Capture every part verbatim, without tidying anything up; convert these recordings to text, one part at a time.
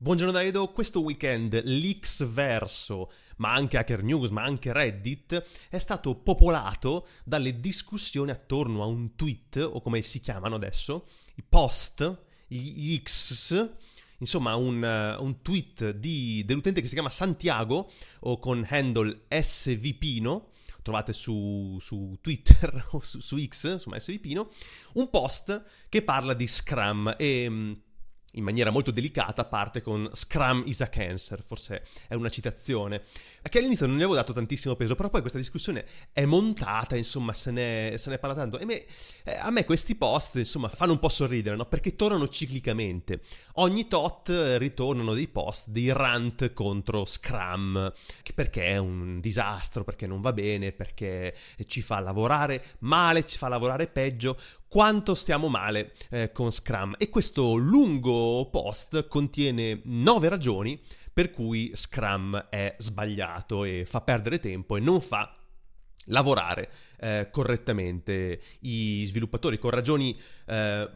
Buongiorno da Edo, questo weekend l'X verso, ma anche Hacker News, ma anche Reddit, è stato popolato dalle discussioni attorno a un tweet, o come si chiamano adesso, i post, gli X, insomma un, un tweet di, dell'utente che si chiama Santiago, o con handle svpino, trovate su, su Twitter o su, su X, insomma svpino, un post che parla di Scrum e in maniera molto delicata parte con Scrum is a cancer, forse è una citazione, che all'inizio non ne avevo dato tantissimo peso, però poi questa discussione è montata, insomma se ne, se ne parla tanto, e me, eh, a me questi post insomma fanno un po' sorridere, no? Perché tornano ciclicamente, ogni tot ritornano dei post, dei rant contro Scrum, che perché è un disastro, perché non va bene, perché ci fa lavorare male, ci fa lavorare peggio, quanto stiamo male eh, con Scrum. E questo lungo post contiene nove ragioni per cui Scrum è sbagliato e fa perdere tempo e non fa lavorare eh, correttamente i sviluppatori, con ragioni eh,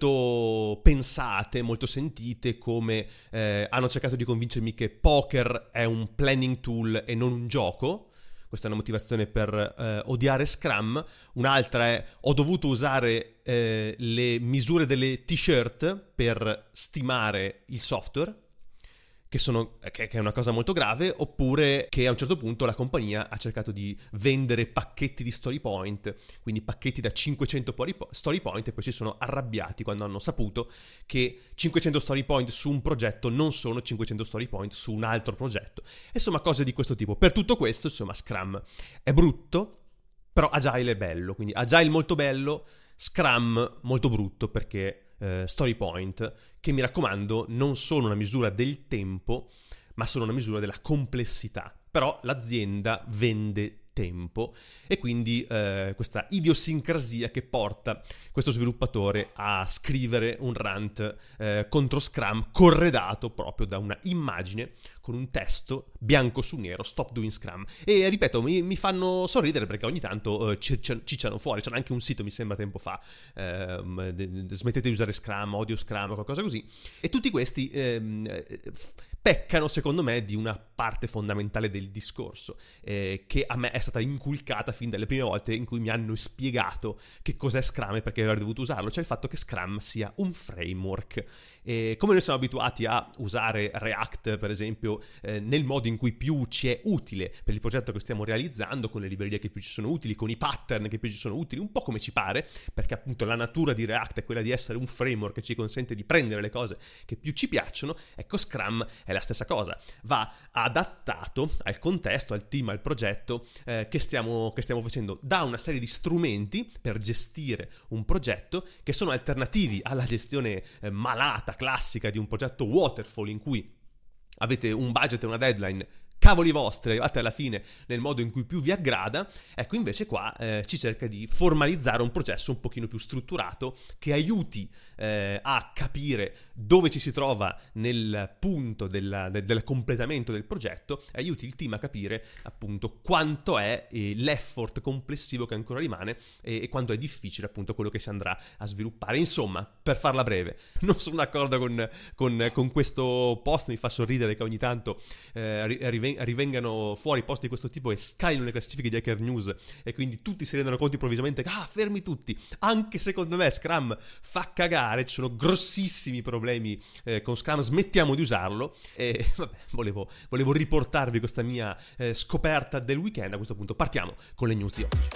molto pensate, molto sentite, come eh, hanno cercato di convincermi che poker è un planning tool e non un gioco. Questa è una motivazione per eh, odiare Scrum. Un'altra è: ho dovuto usare eh, le misure delle t-shirt per stimare il software, che, sono, che, che è una cosa molto grave. Oppure che a un certo punto la compagnia ha cercato di vendere pacchetti di story point, quindi pacchetti da cinquecento story point, e poi si sono arrabbiati quando hanno saputo che cinquecento story point su un progetto non sono cinquecento story point su un altro progetto. Insomma, cose di questo tipo. Per tutto questo, insomma, Scrum è brutto, però Agile è bello. Quindi Agile molto bello, Scrum molto brutto, perché Uh, story point, che mi raccomando non sono una misura del tempo, ma sono una misura della complessità. Però l'azienda vende tempo, e quindi uh, questa idiosincrasia che porta questo sviluppatore a scrivere un rant uh, contro Scrum, corredato proprio da una immagine con un testo bianco su nero: stop doing Scrum. E ripeto, mi, mi fanno sorridere perché ogni tanto uh, cicciano fuori. C'era anche un sito, mi sembra tempo fa, uh, de, de, smettete di usare Scrum, odio Scrum, qualcosa così. E tutti questi uh, peccano, secondo me, di una parte fondamentale del discorso, eh, che a me è stata inculcata fin dalle prime volte in cui mi hanno spiegato che cos'è Scrum e perché avrei dovuto usarlo, cioè il fatto che Scrum sia un framework. E come noi siamo abituati a usare React, per esempio, eh, nel modo in cui più ci è utile per il progetto che stiamo realizzando, con le librerie che più ci sono utili, con i pattern che più ci sono utili, un po' come ci pare, perché appunto la natura di React è quella di essere un framework che ci consente di prendere le cose che più ci piacciono. Ecco, Scrum è la stessa cosa, va adattato al contesto, al team, al progetto eh, che, stiamo, che stiamo facendo, da una serie di strumenti per gestire un progetto che sono alternativi alla gestione eh, malata, classica di un progetto waterfall, in cui avete un budget e una deadline, cavoli vostri, arrivate alla fine nel modo in cui più vi aggrada. Ecco, invece qua eh, ci cerca di formalizzare un processo un pochino più strutturato, che aiuti eh, a capire dove ci si trova nel punto della, del, del completamento del progetto, aiuti il team a capire appunto quanto è eh, l'effort complessivo che ancora rimane e, e quanto è difficile appunto quello che si andrà a sviluppare. Insomma, per farla breve, non sono d'accordo con, con, con questo post. Mi fa sorridere che ogni tanto eh, rivengano fuori post di questo tipo e scalino le classifiche di Hacker News, e quindi tutti si rendono conto improvvisamente che ah, fermi tutti, anche secondo me Scrum fa cagare, ci sono grossissimi problemi eh, con Scrum, smettiamo di usarlo. E vabbè, volevo, volevo riportarvi questa mia eh, scoperta del weekend. A questo punto partiamo con le news di oggi.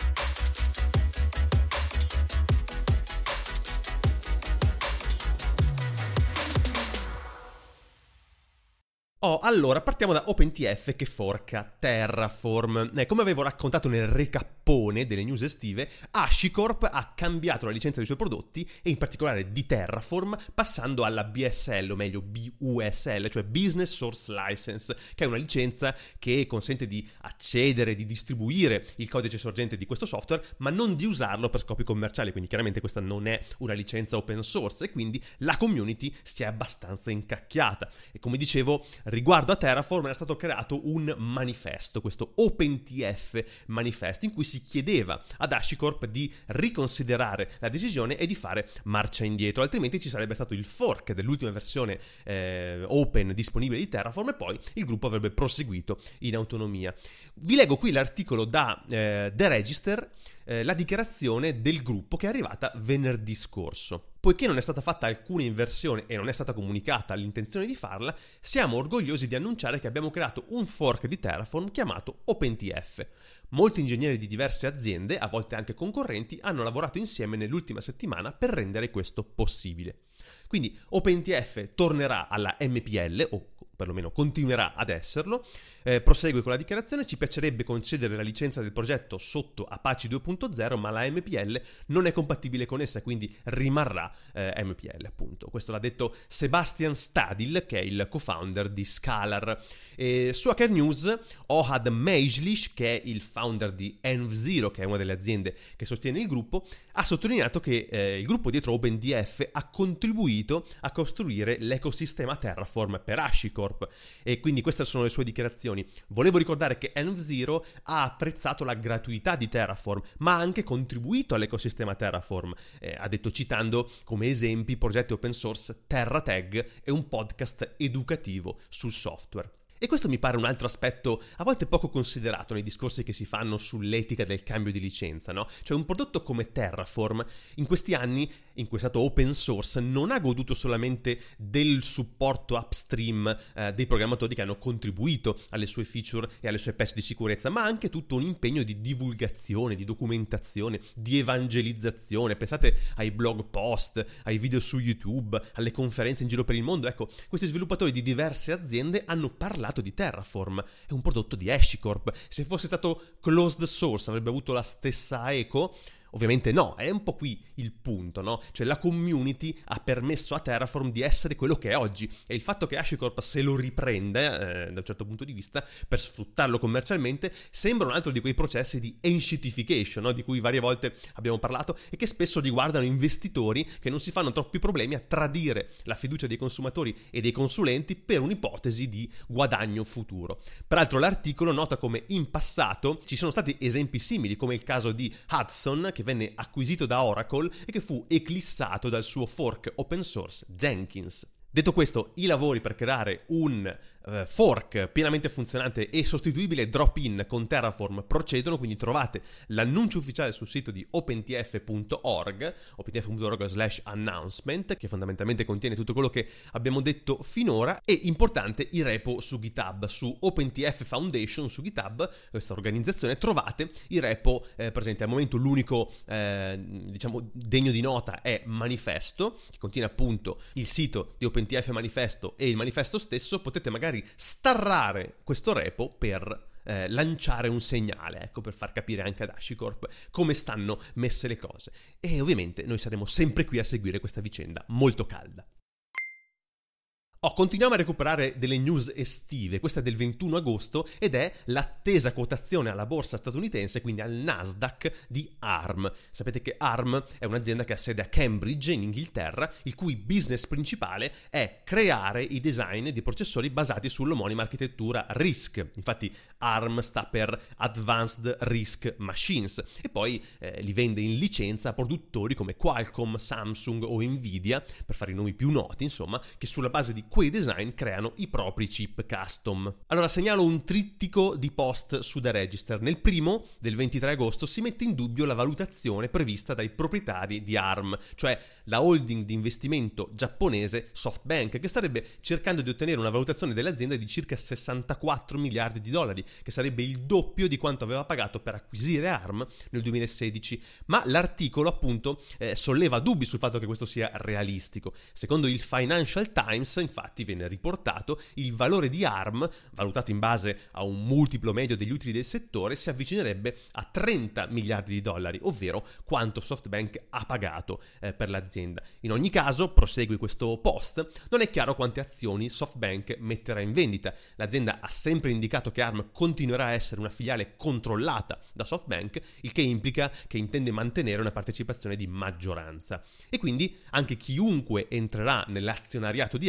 Oh, allora, partiamo da OpenTF che forca Terraform. Eh, come avevo raccontato nel recappone delle news estive, HashiCorp ha cambiato la licenza dei suoi prodotti, e in particolare di Terraform, passando alla B S L, o meglio B U S L, cioè Business Source License, che è una licenza che consente di accedere, di distribuire il codice sorgente di questo software, ma non di usarlo per scopi commerciali. Quindi chiaramente questa non è una licenza open source, e quindi la community si è abbastanza incacchiata. E come dicevo, riguardo a Terraform era stato creato un manifesto, questo OpenTF manifesto, in cui si si chiedeva ad HashiCorp di riconsiderare la decisione e di fare marcia indietro, altrimenti ci sarebbe stato il fork dell'ultima versione eh, open disponibile di Terraform e poi il gruppo avrebbe proseguito in autonomia. Vi leggo qui l'articolo da eh, The Register, eh, la dichiarazione del gruppo che è arrivata venerdì scorso. Poiché non è stata fatta alcuna inversione e non è stata comunicata l'intenzione di farla, siamo orgogliosi di annunciare che abbiamo creato un fork di Terraform chiamato OpenTF. Molti ingegneri di diverse aziende, a volte anche concorrenti, hanno lavorato insieme nell'ultima settimana per rendere questo possibile. Quindi OpenTF tornerà alla M P L, o perlomeno continuerà ad esserlo. Eh, prosegue con la dichiarazione: ci piacerebbe concedere la licenza del progetto sotto Apache due punto zero, ma la M P L non è compatibile con essa, quindi rimarrà eh, M P L, appunto. Questo l'ha detto Sebastian Stadil, che è il co-founder di Scalar. E su Hacker News, Ohad Mejlish, che è il founder di env zero, che è una delle aziende che sostiene il gruppo, ha sottolineato che eh, il gruppo dietro OpenTF ha contribuito a costruire l'ecosistema Terraform per HashiCorp, e quindi queste sono le sue dichiarazioni. Volevo ricordare che env zero ha apprezzato la gratuità di Terraform, ma ha anche contribuito all'ecosistema Terraform, eh, ha detto citando come esempi progetti open source TerraTag e un podcast educativo sul software. E questo mi pare un altro aspetto a volte poco considerato nei discorsi che si fanno sull'etica del cambio di licenza, no? Cioè un prodotto come Terraform in questi anni, in cui è stato open source, non ha goduto solamente del supporto upstream eh, dei programmatori che hanno contribuito alle sue feature e alle sue patch di sicurezza, ma anche tutto un impegno di divulgazione, di documentazione, di evangelizzazione. Pensate ai blog post, ai video su YouTube, alle conferenze in giro per il mondo. Ecco, questi sviluppatori di diverse aziende hanno parlato di Terraform, è un prodotto di HashiCorp. Se fosse stato closed source avrebbe avuto la stessa eco? Ovviamente no, è un po' qui il punto, no? Cioè la community ha permesso a Terraform di essere quello che è oggi, e il fatto che HashiCorp se lo riprende eh, da un certo punto di vista per sfruttarlo commercialmente sembra un altro di quei processi di enshittification, no? Di cui varie volte abbiamo parlato e che spesso riguardano investitori che non si fanno troppi problemi a tradire la fiducia dei consumatori e dei consulenti per un'ipotesi di guadagno futuro. Peraltro l'articolo nota come in passato ci sono stati esempi simili, come il caso di Hudson, che venne acquisito da Oracle e che fu eclissato dal suo fork open source Jenkins. Detto questo, i lavori per creare un uh, fork pienamente funzionante e sostituibile drop-in con Terraform procedono, quindi trovate l'annuncio ufficiale sul sito di opentf punto org, opentf punto org slash announcement, che fondamentalmente contiene tutto quello che abbiamo detto finora, e importante il repo su GitHub, su OpenTF Foundation su GitHub, questa organizzazione, trovate il repo eh, presente. Al momento l'unico eh, diciamo degno di nota è Manifesto, che contiene appunto il sito di OpenTF Manifesto e il manifesto stesso. Potete magari starrare questo repo per eh, lanciare un segnale, ecco, per far capire anche ad HashiCorp come stanno messe le cose. E ovviamente noi saremo sempre qui a seguire questa vicenda molto calda. Oh, continuiamo a recuperare delle news estive. Questa è del ventuno agosto ed è l'attesa quotazione alla borsa statunitense, quindi al Nasdaq, di Arm. Sapete che Arm è un'azienda che ha sede a Cambridge, in Inghilterra, il cui business principale è creare i design di processori basati sull'omonima architettura RISC. Infatti Arm sta per Advanced RISC Machines e poi eh, li vende in licenza a produttori come Qualcomm, Samsung o Nvidia, per fare i nomi più noti, insomma, che sulla base di quei design creano i propri chip custom. Allora segnalo un trittico di post su The Register. Nel primo, del ventitré agosto, si mette in dubbio la valutazione prevista dai proprietari di Arm, cioè la holding di investimento giapponese SoftBank, che starebbe cercando di ottenere una valutazione dell'azienda di circa sessantaquattro miliardi di dollari, che sarebbe il doppio di quanto aveva pagato per acquisire Arm nel duemilasedici. Ma l'articolo appunto eh, solleva dubbi sul fatto che questo sia realistico. Secondo il Financial Times, infatti, viene riportato il valore di Arm, valutato in base a un multiplo medio degli utili del settore, si avvicinerebbe a trenta miliardi di dollari, ovvero quanto SoftBank ha pagato eh, per l'azienda. In ogni caso, prosegue questo post, non è chiaro quante azioni SoftBank metterà in vendita. L'azienda ha sempre indicato che Arm continuerà a essere una filiale controllata da SoftBank, il che implica che intende mantenere una partecipazione di maggioranza. E quindi anche chiunque entrerà nell'azionariato di Arm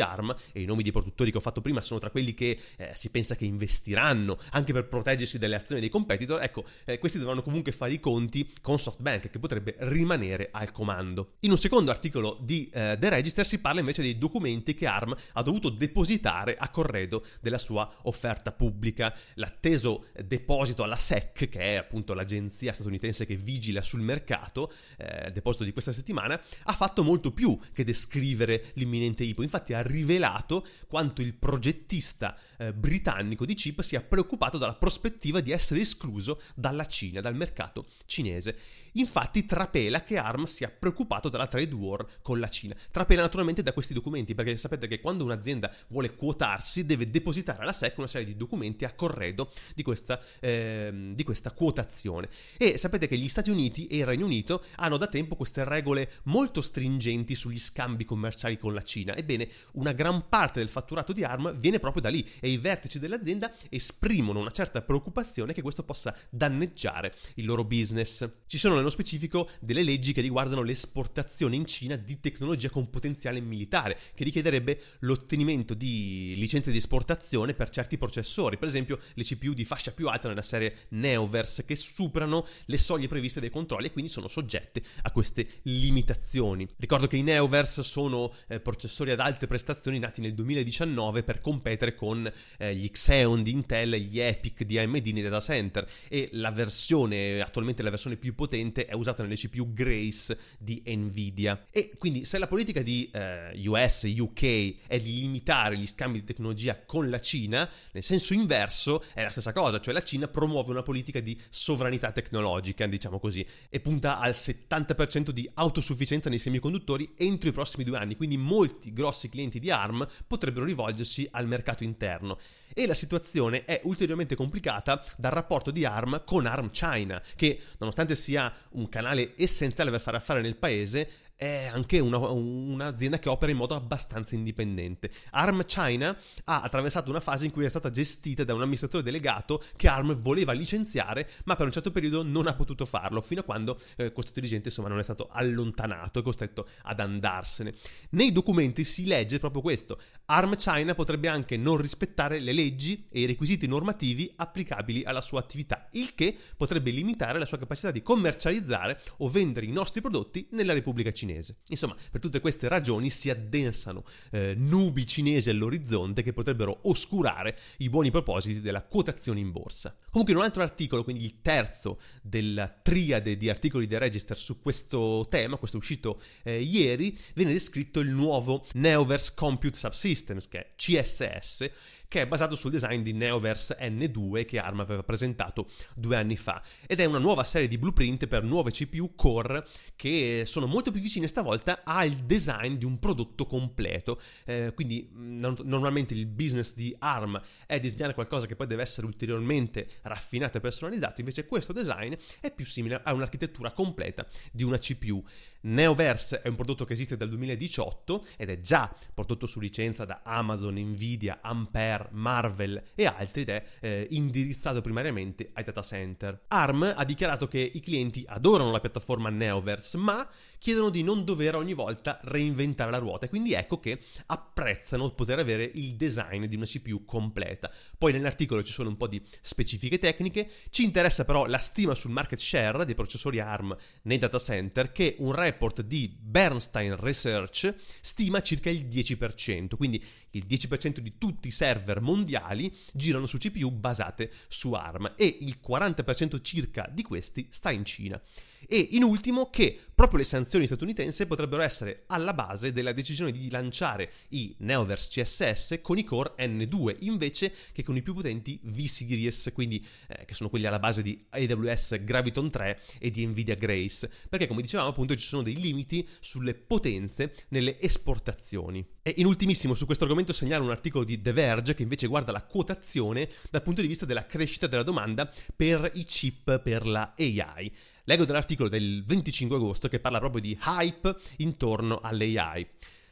e i nomi dei produttori che ho fatto prima sono tra quelli che eh, si pensa che investiranno anche per proteggersi dalle azioni dei competitor, ecco, eh, questi dovranno comunque fare i conti con SoftBank, che potrebbe rimanere al comando. In un secondo articolo di eh, The Register si parla invece dei documenti che A R M ha dovuto depositare a corredo della sua offerta pubblica. L'atteso deposito alla S E C, che è appunto l'agenzia statunitense che vigila sul mercato, eh, il deposito di questa settimana, ha fatto molto più che descrivere l'imminente I P O. Infatti ha rivelato quanto il progettista eh, britannico di chip sia preoccupato dalla prospettiva di essere escluso dalla Cina, dal mercato cinese. Infatti trapela che A R M sia preoccupato dalla trade war con la Cina. Trapela naturalmente da questi documenti, perché sapete che quando un'azienda vuole quotarsi deve depositare alla S E C una serie di documenti a corredo di questa, eh, di questa quotazione. E sapete che gli Stati Uniti e il Regno Unito hanno da tempo queste regole molto stringenti sugli scambi commerciali con la Cina. Ebbene, una gran parte del fatturato di A R M viene proprio da lì e i vertici dell'azienda esprimono una certa preoccupazione che questo possa danneggiare il loro business. Ci sono nello specifico delle leggi che riguardano l'esportazione in Cina di tecnologia con potenziale militare, che richiederebbe l'ottenimento di licenze di esportazione per certi processori, per esempio le C P U di fascia più alta nella serie Neoverse, che superano le soglie previste dai controlli e quindi sono soggette a queste limitazioni. Ricordo che i Neoverse sono eh, processori ad alte prestazioni nati nel duemiladiciannove per competere con eh, gli Xeon di Intel e gli EPYC di A M D nei data center, e la versione, attualmente la versione più potente, è usata nelle C P U Grace di Nvidia. E quindi se la politica di eh, U S, U K è di limitare gli scambi di tecnologia con la Cina, nel senso inverso è la stessa cosa, cioè la Cina promuove una politica di sovranità tecnologica, diciamo così, e punta al settanta per cento di autosufficienza nei semiconduttori entro i prossimi due anni, quindi molti grossi clienti di A R M potrebbero rivolgersi al mercato interno. E la situazione è ulteriormente complicata dal rapporto di A R M con A R M China, che nonostante sia un canale essenziale per fare affari nel paese, è anche una, un'azienda che opera in modo abbastanza indipendente. A R M China ha attraversato una fase in cui è stata gestita da un amministratore delegato che A R M voleva licenziare, ma per un certo periodo non ha potuto farlo, fino a quando eh, questo dirigente insomma non è stato allontanato e costretto ad andarsene. Nei documenti si legge proprio questo: A R M China potrebbe anche non rispettare le leggi e i requisiti normativi applicabili alla sua attività, il che potrebbe limitare la sua capacità di commercializzare o vendere i nostri prodotti nella Repubblica Cinese. Insomma, per tutte queste ragioni si addensano eh, nubi cinesi all'orizzonte che potrebbero oscurare i buoni propositi della quotazione in borsa. Comunque in un altro articolo, quindi il terzo della triade di articoli di Register su questo tema, questo è uscito eh, ieri, viene descritto il nuovo Neoverse Compute Subsystems, che è C S S, che è basato sul design di Neoverse N due che A R M aveva presentato due anni fa, ed è una nuova serie di blueprint per nuove C P U core che sono molto più vicine stavolta al design di un prodotto completo. Eh, quindi no- normalmente il business di A R M è disegnare qualcosa che poi deve essere ulteriormente raffinato e personalizzato, invece questo design è più simile a un'architettura completa di una C P U. Neoverse è un prodotto che esiste dal duemiladiciotto ed è già prodotto su licenza da Amazon, Nvidia, Ampere, Marvell e altri, ed è eh, indirizzato primariamente ai data center. A R M ha dichiarato che i clienti adorano la piattaforma Neoverse, ma chiedono di non dover ogni volta reinventare la ruota, e quindi ecco che apprezzano poter avere il design di una C P U completa. Poi nell'articolo ci sono un po' di specifiche tecniche, ci interessa però la stima sul market share dei processori A R M nei data center, che un report di Bernstein Research stima circa il dieci per cento, quindi il dieci per cento di tutti i server mondiali girano su C P U basate su A R M e il quaranta per cento circa di questi sta in Cina. E in ultimo che proprio le sanzioni statunitensi potrebbero essere alla base della decisione di lanciare i Neoverse C S S con i core N due invece che con i più potenti V-Series, quindi eh, che sono quelli alla base di A W S Graviton tre e di Nvidia Grace, perché come dicevamo appunto ci sono dei limiti sulle potenze nelle esportazioni. E in ultimissimo su questo argomento segnalo un articolo di The Verge che invece guarda la quotazione dal punto di vista della crescita della domanda per i chip per la A I. Leggo dell'articolo del venticinque agosto che parla proprio di hype intorno all'A I.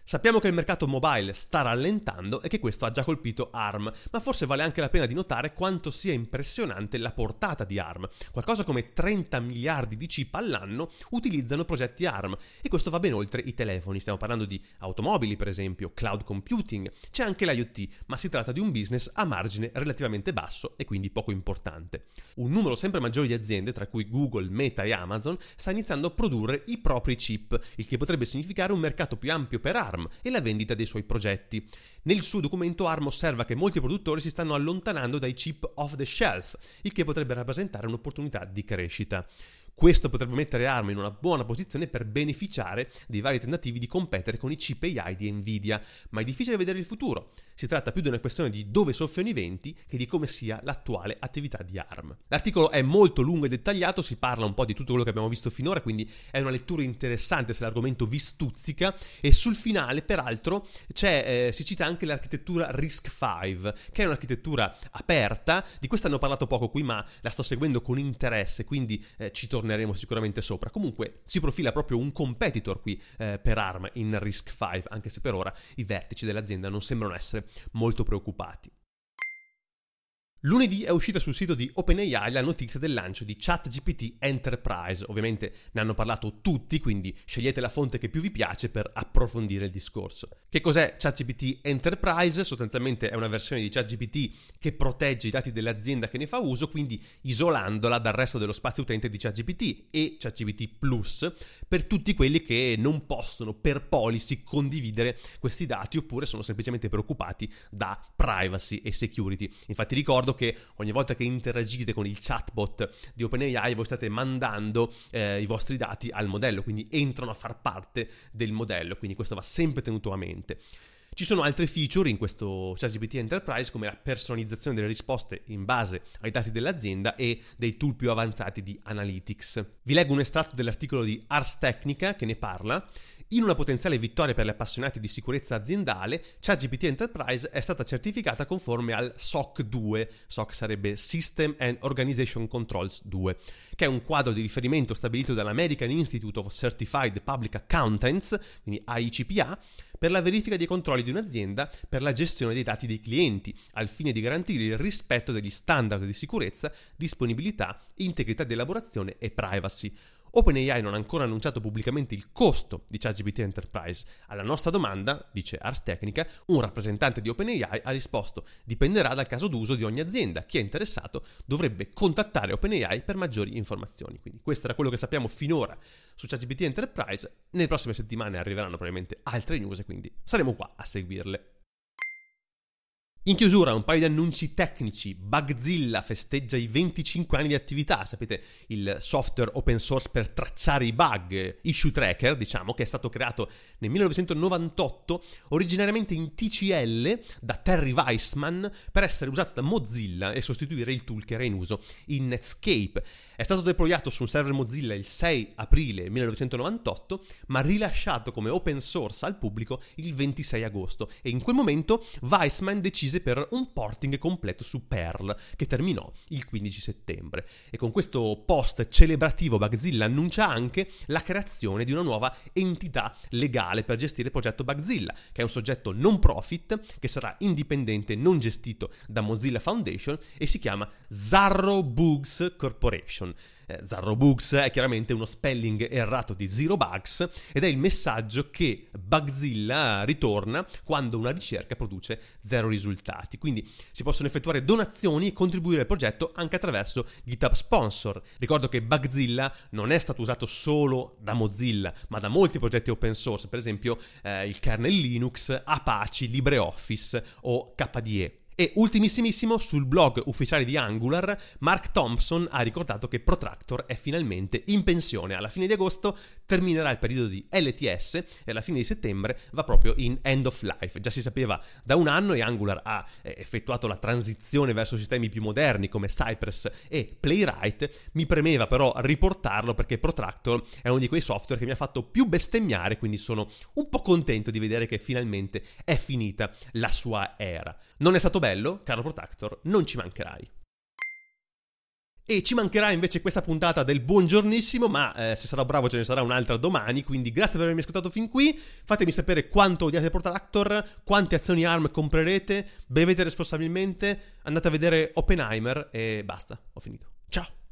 Sappiamo che il mercato mobile sta rallentando e che questo ha già colpito ARM, ma forse vale anche la pena di notare quanto sia impressionante la portata di ARM. Qualcosa come trenta miliardi di chip all'anno utilizzano progetti ARM e questo va ben oltre i telefoni. Stiamo parlando di automobili, per esempio, cloud computing, c'è anche l'IoT, ma si tratta di un business a margine relativamente basso e quindi poco importante. Un numero sempre maggiore di aziende, tra cui Google, Meta e Amazon, sta iniziando a produrre i propri chip, il che potrebbe significare un mercato più ampio per ARM e la vendita dei suoi progetti. Nel suo documento ARM osserva che molti produttori si stanno allontanando dai chip off the shelf, il che potrebbe rappresentare un'opportunità di crescita. Questo potrebbe mettere ARM in una buona posizione per beneficiare dei vari tentativi di competere con i chip A I di Nvidia, ma è difficile vedere il futuro. Si tratta più di una questione di dove soffiano i venti che di come sia l'attuale attività di ARM. L'articolo è molto lungo e dettagliato, si parla un po' di tutto quello che abbiamo visto finora, quindi è una lettura interessante se l'argomento vi stuzzica, e sul finale peraltro c'è, eh, si cita anche l'architettura RISC cinque, che è un'architettura aperta, di questa hanno parlato poco qui ma la sto seguendo con interesse, quindi eh, ci torneremo sicuramente sopra. Comunque si profila proprio un competitor qui eh, per ARM in RISC cinque, anche se per ora i vertici dell'azienda non sembrano essere molto preoccupati. Lunedì è uscita sul sito di OpenAI la notizia del lancio di ChatGPT Enterprise. Ovviamente ne hanno parlato tutti, quindi scegliete la fonte che più vi piace per approfondire il discorso. Che cos'è ChatGPT Enterprise? Sostanzialmente è una versione di ChatGPT che protegge i dati dell'azienda che ne fa uso, quindi isolandola dal resto dello spazio utente di ChatGPT e ChatGPT Plus per tutti quelli che non possono per policy condividere questi dati oppure sono semplicemente preoccupati da privacy e security. Infatti ricordo che ogni volta che interagite con il chatbot di OpenAI voi state mandando eh, i vostri dati al modello, quindi entrano a far parte del modello, quindi questo va sempre tenuto a mente. Ci sono altre feature in questo ChatGPT Enterprise come la personalizzazione delle risposte in base ai dati dell'azienda e dei tool più avanzati di analytics. Vi leggo un estratto dell'articolo di Ars Technica che ne parla. In una potenziale vittoria per gli appassionati di sicurezza aziendale, ChatGPT Enterprise è stata certificata conforme al S O C due, S O C sarebbe System and Organization Controls due, che è un quadro di riferimento stabilito dall'American Institute of Certified Public Accountants, quindi A I C P A, per la verifica dei controlli di un'azienda per la gestione dei dati dei clienti, al fine di garantire il rispetto degli standard di sicurezza, disponibilità, integrità di elaborazione e privacy. OpenAI non ha ancora annunciato pubblicamente il costo di ChatGPT Enterprise. Alla nostra domanda, dice Ars Technica, un rappresentante di OpenAI ha risposto: dipenderà dal caso d'uso di ogni azienda. Chi è interessato dovrebbe contattare OpenAI per maggiori informazioni. Quindi questo era quello che sappiamo finora su ChatGPT Enterprise. Nelle prossime settimane arriveranno probabilmente altre news e quindi saremo qua a seguirle. In chiusura un paio di annunci tecnici. Bugzilla festeggia i venticinque anni di attività, sapete, il software open source per tracciare i bug, issue tracker, diciamo, che è stato creato nel millenovecentonovantotto, originariamente in T C L da Terry Weissman, per essere usato da Mozilla e sostituire il tool che era in uso in Netscape. È stato deployato su un server Mozilla il sei aprile millenovecentonovantotto, ma rilasciato come open source al pubblico il ventisei agosto, e in quel momento Weissman decise per un porting completo su Perl, che terminò il quindici settembre. E con questo post celebrativo Bugzilla annuncia anche la creazione di una nuova entità legale per gestire il progetto Bugzilla, che è un soggetto non profit che sarà indipendente, non gestito da Mozilla Foundation, e si chiama Zarro Bugs Corporation. Eh, Zarro Bugs è chiaramente uno spelling errato di Zero Bugs ed è il messaggio che Bugzilla ritorna quando una ricerca produce zero risultati. Quindi si possono effettuare donazioni e contribuire al progetto anche attraverso GitHub Sponsor. Ricordo che Bugzilla non è stato usato solo da Mozilla, ma da molti progetti open source, per esempio eh, il kernel Linux, Apache, LibreOffice o K D E. E ultimissimissimo, sul blog ufficiale di Angular, Mark Thompson ha ricordato che Protractor è finalmente in pensione. Alla fine di agosto terminerà il periodo di L T S e alla fine di settembre va proprio in end of life. Già si sapeva da un anno e Angular ha effettuato la transizione verso sistemi più moderni come Cypress e Playwright. Mi premeva però riportarlo perché Protractor è uno di quei software che mi ha fatto più bestemmiare, quindi sono un po' contento di vedere che finalmente è finita la sua era. Non è stato bello, caro Protractor, non ci mancherai. E ci mancherà invece questa puntata del buongiornissimo, ma eh, se sarò bravo ce ne sarà un'altra domani, quindi grazie per avermi ascoltato fin qui, fatemi sapere quanto odiate Protractor, quante azioni A R M comprerete, bevete responsabilmente, andate a vedere Oppenheimer e basta, ho finito. Ciao!